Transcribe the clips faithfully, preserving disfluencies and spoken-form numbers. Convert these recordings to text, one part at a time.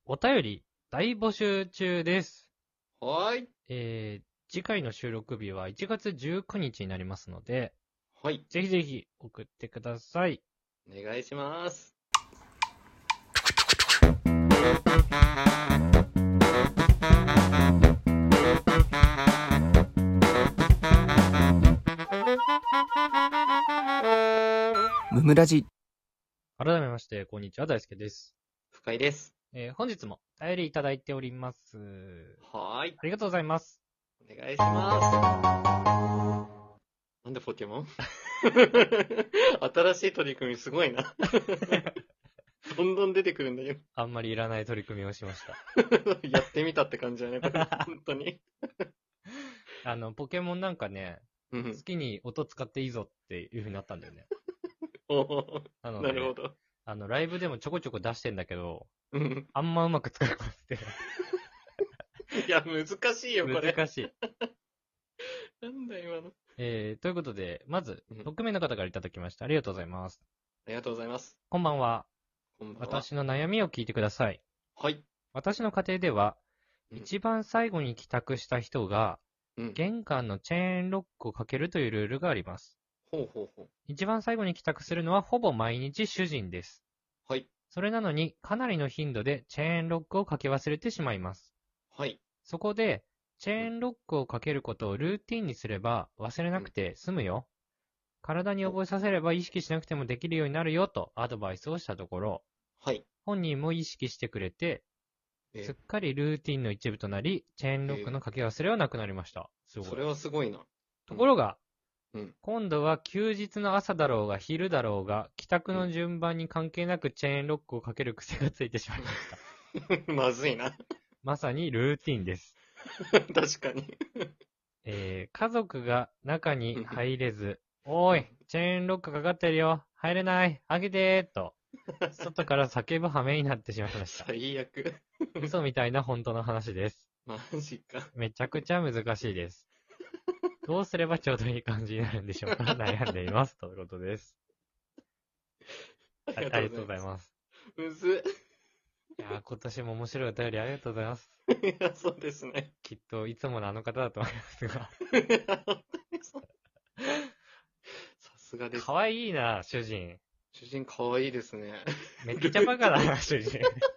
お便り大募集中です。 はーい。 えー、次回の収録日はいちがつじゅうくにちになりますので、 はい。 ぜひぜひ送ってください。 お願いします。 ムムラジ。 改めまして、こんにちは、大輔です。 深井です。 えー、本日もお便りいただいております。 はーい。 ありがとうございます。 お願いします。なんでポケモン新しい取り組みすごいな。どんどん出てくるんだけど。 あんまりいらない取り組みをしました。 やってみたって感じだね、これ。本当に。 あの、ポケモンなんかね、 うん好きに音使っていいぞっていう風になったんだよね。 おーなので、 なるほど。 あの、ライブでもちょこちょこ出してんだけど、 うんあんまうまく使えなくて。 いや、難しいよ、これ。 難しい。 なんだ、今の。 えー、ということで、まずうん、 ろくめいの方からいただきました。ありがとうございます。 ありがとうございます。 こんばんは。 こんばんは。 私の悩みを聞いてください。 はい。 私の家庭では、 うん一番最後に帰宅した人が、 うん。 玄関のチェーンロックをかけるというルールがあります。 ほうほうほう。 一番最後に帰宅するのはほぼ毎日主人です。 はい。 それなのに、かなりの頻度でチェーンロックをかけ忘れてしまいます。 はい。 そこで、チェーンロックをかけることをルーティンにすれば忘れなくて済むよ。体に覚えさせれば意識しなくてもできるようになるよとアドバイスをしたところ、 はい。 本人も意識してくれて、 えすっかりルーティンの一部となり、チェーンロックのかけ忘れはなくなりました。すごい。 それはすごいな。 ところが、 うん。 今度は休日の朝だろうが昼だろうが、帰宅の順番に関係なくチェーンロックをかける癖がついてしまいました。 まずいな。 まさにルーティンです。 確かに。 えー、家族が中に入れず、おい、チェーンロックかかってるよ、入れない、開けてーと、外から叫ぶ羽目になってしまいました。 最悪。 嘘みたいな本当の話です。 マジか。 めちゃくちゃ難しいです。どうすればちょうどいい感じになるんでしょうか。悩んでいます。ということです。 あありがとうございます。 す。むずいやー、今年も面白いお便りありがとうございます。 い。いや、そうですね。 きっといつものあの方だと思いますが。 さすがです。 かわいいな、主人。 主人かわいいですね。 めっちゃバカだな、主人。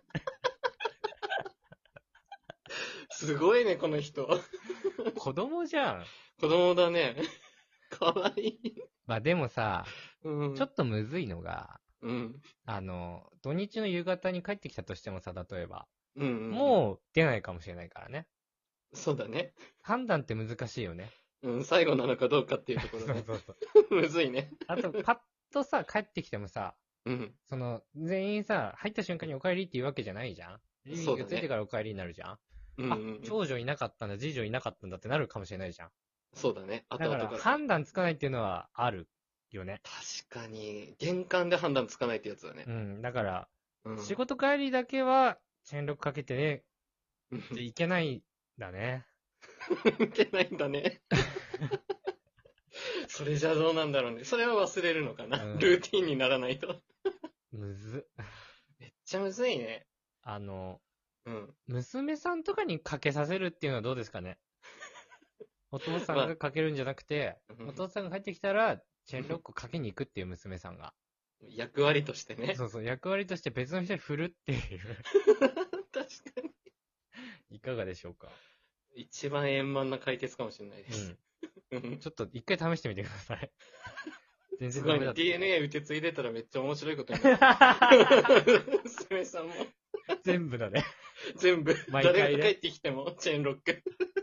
すごいね、この人。 子供じゃん。 子供だね。かわいい。 まあでもさ、 うん。 ちょっとむずいのが、 うん。 あの、土日の夕方に帰ってきたとしてもさ、例えば、 うんうんうん。 もう出ないかもしれないからね。 そうだね。 判断って難しいよね。 うん、最後なのかどうかっていうところね。 そうそうそう。 むずいね。 あと、パッとさ、帰ってきてもさ、 うん。 その、全員さ、入った瞬間にお帰りって言うわけじゃないじゃん。リビングついてからお帰りになるじゃん。あうんうんうん、 長女いなかったんだ、次女いなかったんだってなるかもしれないじゃん。 そうだね。後だから、 々から。 判断つかないっていうのはあるよね。 確かに、玄関で判断つかないってやつだねう。ん、だから、 うん。 仕事帰りだけは、チェーンロックかけてね、 うんいけないんだね。 いけないんだね。それじゃどうなんだろうね。それは忘れるのかな。 うんルーティンにならないと。 むずっ。 めっちゃむずいね。 あの、 うん。 娘さんとかにかけさせるっていうのはどうですかね。お父さんがかけるんじゃなくて、 まあお父さんが帰ってきたら、チェーンロックかけに行くっていう娘さんが。 役割としてね。 そうそう、役割として別の人に振るっていう。 確かに。 いかがでしょうか。 一番円満な解決かもしれないです。 う。 うんん。 ちょっと一回試してみてください。全すごいね。 然ダメだった。 ディーエヌエー 受け継いでたらめっちゃ面白いことになる。娘さんも。 全部だね。 全部。 毎回ね誰が帰ってきても、チェーンロック。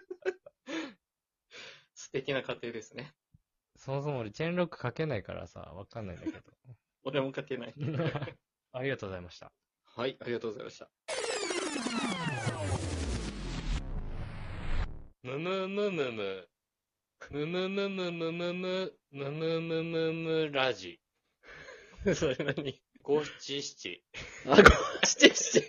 素敵な家庭ですね。 そもそも俺チェーンロックかけないからさ、わかんないんだけ俺も書けない。 ど。ありがとうございました。 はい、ありがとうございました。 ぬぬぬぬぬ。ぬぬぬぬぬぬぬ。ぬぬぬぬぬラジ。 それ何五七七。 あ、ご七七。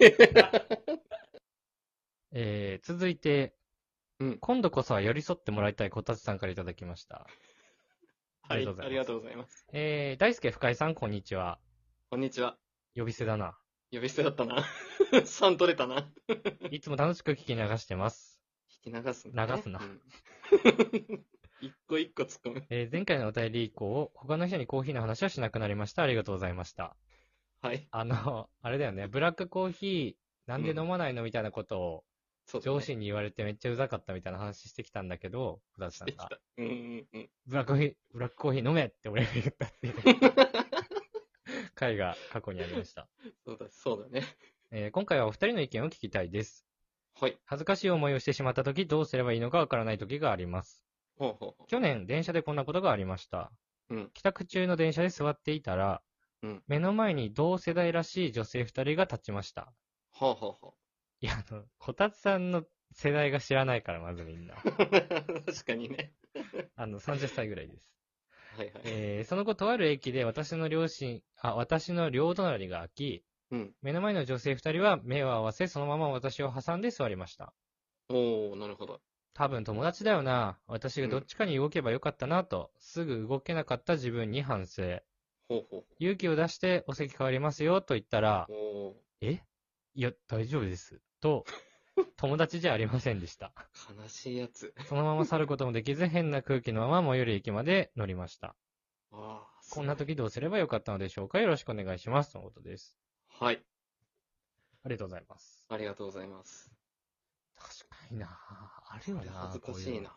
えー、続いて、 うん今度こそは寄り添ってもらいたいこたつさんからいただきました。あはい、 りがとうございます。 ありがとうございます。 えー、大輔深井さん、こんにちは。 こんにちは。 呼び捨てだな。 呼び捨てだったな。さん取れたな。 いつも楽しく聞き流してます。 聞き流すんだ、ね。 流すな。 うん一個一個突っ込む。 えー前回のお便り以降、他の人にコーヒーの話はしなくなりました。ありがとうございました。 はい。 あの、あれだよね。ブラックコーヒー、なんで飲まないのみたいなことを、 そうだね上司に言われてめっちゃうざかったみたいな話してきたんだけど、小田さんが。 できた。うんうんうん。 ブラックコーヒー、ブラックコーヒー飲めって俺が言ったっていう回が過去にありました。 そうだ、そうだね。 えー今回はお二人の意見を聞きたいです。 はい。 恥ずかしい思いをしてしまったとき、どうすればいいのかわからないときがあります。 ほうほうほ去年、電車でこんなことがありました。 うん帰宅中の電車で座っていたら、 うん目の前に同世代らしい女性二人が立ちました。 う。ほうほうほいや、あの、こたつさんの世代が知らないから、まずみんな。 う。確かにね。 あの、さんじゅっさいぐらいです。 はいはい。 えー、その後、とある駅で私の両親、あ、私の両隣が空き、 うん。 目の前の女性二人は目を合わせ、そのまま私を挟んで座りました。 おー、なるほど。 多分友達だよな。私がどっちかに動けばよかったなと、すぐ動けなかった自分に反省。 ほうほう勇気を出してお席変わりますよと言ったらほう。、おー。 えいや、大丈夫です。と、友達じゃありませんでした。 悲しいやつ。 そのまま去ることもできず、変な空気のまま最寄り駅まで乗りました。 あーこんな時どうすればよかったのでしょうか。よろしくお願いします。とのことです。 はい。 ありがとうございます。 ありがとうございます。 確かになあるよな恥ずかしいな。 こういうの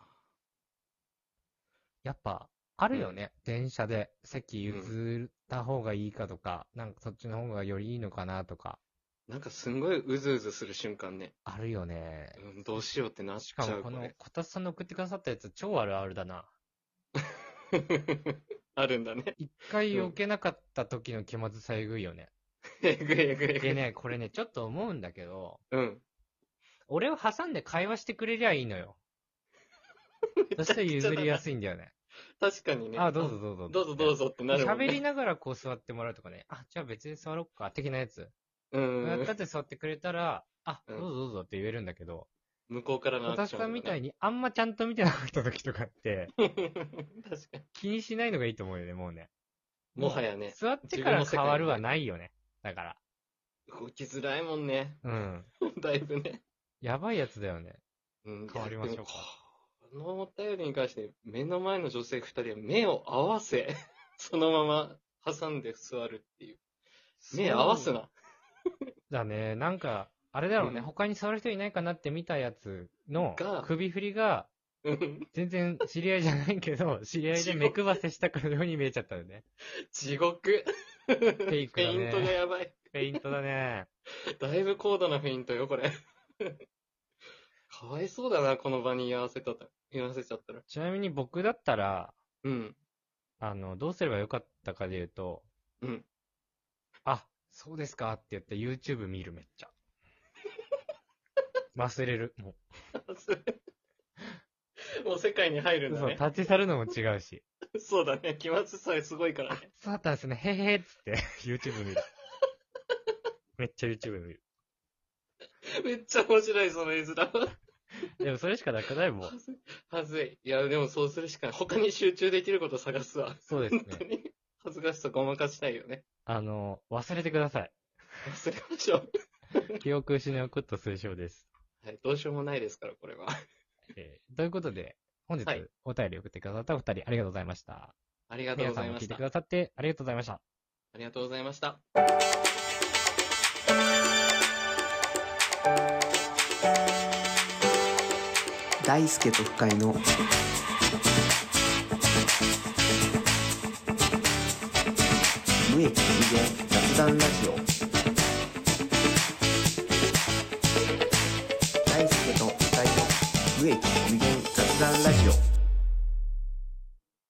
やっぱ、あるよね。電車で席譲った方がいいかとか、なんかそっちの方がよりいいのかなとか、 なんかすんごいうずうずする瞬間ね。 あるよね。 うん、どうしようってなっちしかも、 ゃう。 このれ、 こたつさんの送ってくださったやつ、超あるあるだな。 あるんだね。 一回避けなかった時の気まずさえぐいよね。 えぐいえぐいえぐい。 でね、これね、ちょっと思うんだけど、 うん。 俺を挟んで会話してくれりゃいいのよ。そして譲りやすいんだよね。 確かにね。 あ、どうぞどうぞ。 どうぞどうぞってなるもんね。 喋りながらこう座ってもらうとかね。あ、じゃあ別に座ろっか、的なやつ。 うんやったって座ってくれたら、あ、 うんどうぞどうぞって言えるんだけど、 向こうからの小田アクション、 さんみたいにあんまちゃんと見てなかった時とかって、 に。確かに。 気にしないのがいいと思うよね、もうね。 もはやね。 座ってから変わるはないよね。だから。 動きづらいもんね。 うん。 だいぶね。 やばいやつだよね。 うん、 変わりましょうかいやでもこのお便りに関して、目の前の女性二人は目を合わせ、そのまま挟んで座るっていう。目合わすな。 だね、なんか、あれだろうね、 うん他に座る人いないかなって見たやつのが首振りが、 うん全然知り合いじゃないけど、知り合いで目配せしたかのように見えちゃったよね。 地獄。フェイクだねフェイントがやばい。 フェイントだね。 だいぶ高度なフェイントよ、これ。かわいそうだな、この場に居合わせたら、居合わせちゃったら。 ちなみに僕だったら、 うん。 あの、どうすればよかったかで言うと、 うん。 あ、そうですかって言って YouTube 見るめっちゃ。忘れる。ももう世界に入るう。そう、 んだね。 立ち去るのも違うし。 そうだね。気まずさえすごいからね。 そうだったんですね。へへーっつって YouTube 見る。めっちゃ YouTube 見る。 めっちゃ面白い、その絵面は。 でもそれしかなくないもん。 はずい。はずい。いや、でもそうするしかない。他に集中できること探すわ。 そうですね。 本当に。恥ずかしさごまかしたいよね。 あの、忘れてください。 忘れましょう。 記憶失うこと推奨です。 はい。どうしようもないですから、これは。 えーということで、本日はいお便り送ってくださったお二人ありがとうございました。 ありがとう皆ございましたさんも聞いてく。ださってありがとうございました。 ありがとうございました。 大輔と深井の無益無限雑談ラジオ。大輔と深井の無益無限雑談ラジオ。